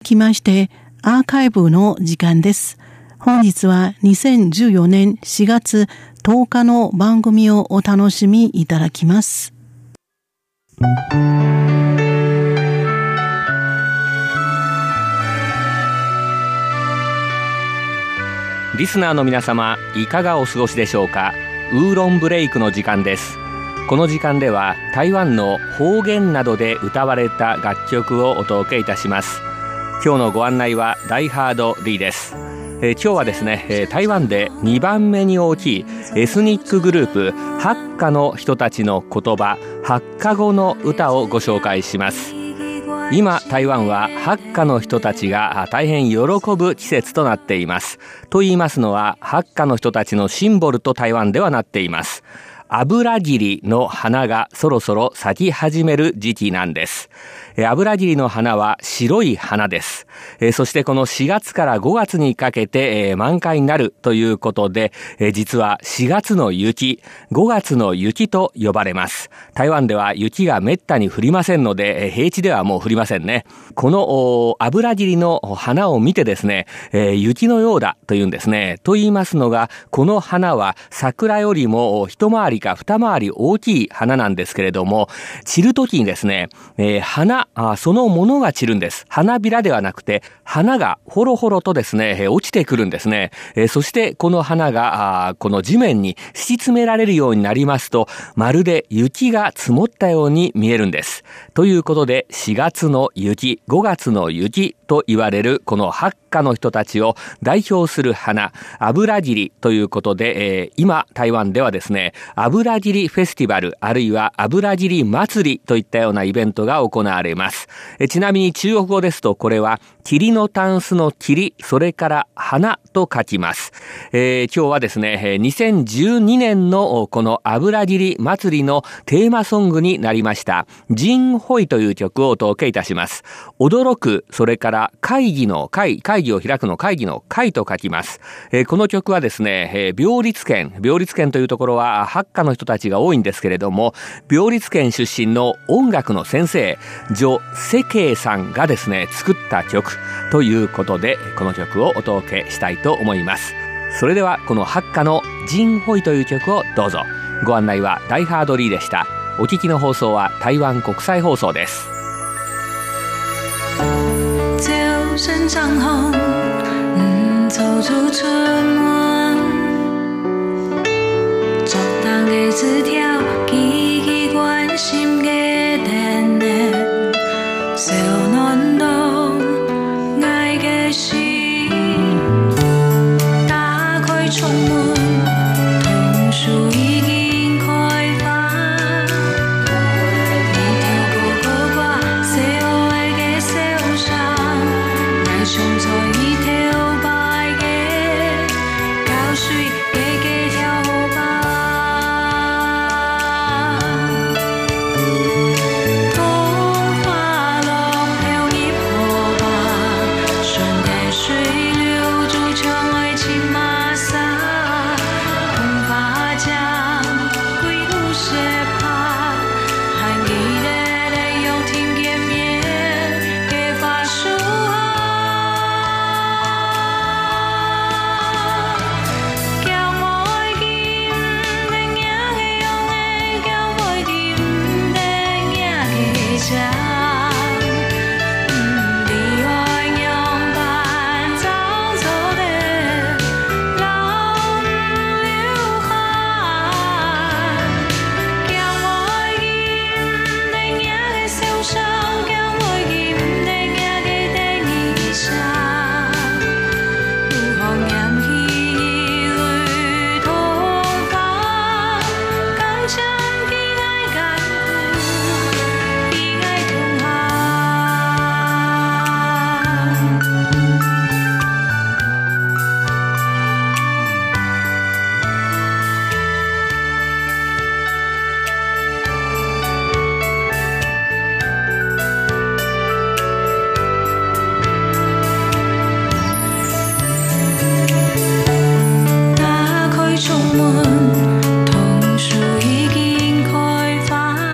きましてアーカイブの時間です。本日は2014年4月10日の番組をお楽しみいただきます。 リスナーの皆様、いかがお過ごしでしょうか。ウーロンブレイクの時間です。この時間では台湾の方言などで歌われた楽曲をお届けいたします。今日のご案内はダイハードリーです。今日はですね、台湾で2番目に大きいエスニックグループハッカの人たちの言葉、ハッカ語の歌をご紹介します。今台湾はハッカの人たちが大変喜ぶ季節となっています。と言いますのは、ハッカの人たちのシンボルと台湾ではなっています。油切りの花がそろそろ咲き始める時期なんです。油切りの花は白い花です。そしてこの4月から5月にかけて満開になるということで、実は4月の雪、5月の雪と呼ばれます。台湾では雪がめったに降りませんので、平地ではもう降りませんね。この油切りの花を見てですね、雪のようだというんですね。と言いますのが、この花は桜よりも一回りか二回り大きい花なんですけれども、散るときにですね、花そのものが散るんです。花びらではなくて、花がほろほろとですね、落ちてくるんですね。そしてこの花がこの地面に敷き詰められるようになりますと、まるで雪が積もったように見えるんです。ということで、4月の雪、5月の雪と言われるこのハッカの人たちを代表する花、油切りということで、今台湾ではですね、油切りフェスティバル、あるいは油切り祭りといったようなイベントが行われます。ちなみに中国語ですと、これは霧のタンスの霧、それから花と書きます。今日はですね、2012年のこの油切り祭りのテーマソングになりましたジンホイという曲をお届けいたします。驚く、それから会議の会、会議を開くの会議の会と書きます。この曲はですね、廟立県というところはハッカの人たちが多いんですけれども、廟立県出身の音楽の先生、徐世慶さんがですね、作った曲ということで、この曲をお届けしたいと思います。それではこのハッカのジンホイという曲をどうぞ。ご案内はダイハードリーでした。お聞きの放送は台湾国際放送です。 就身上空，走出春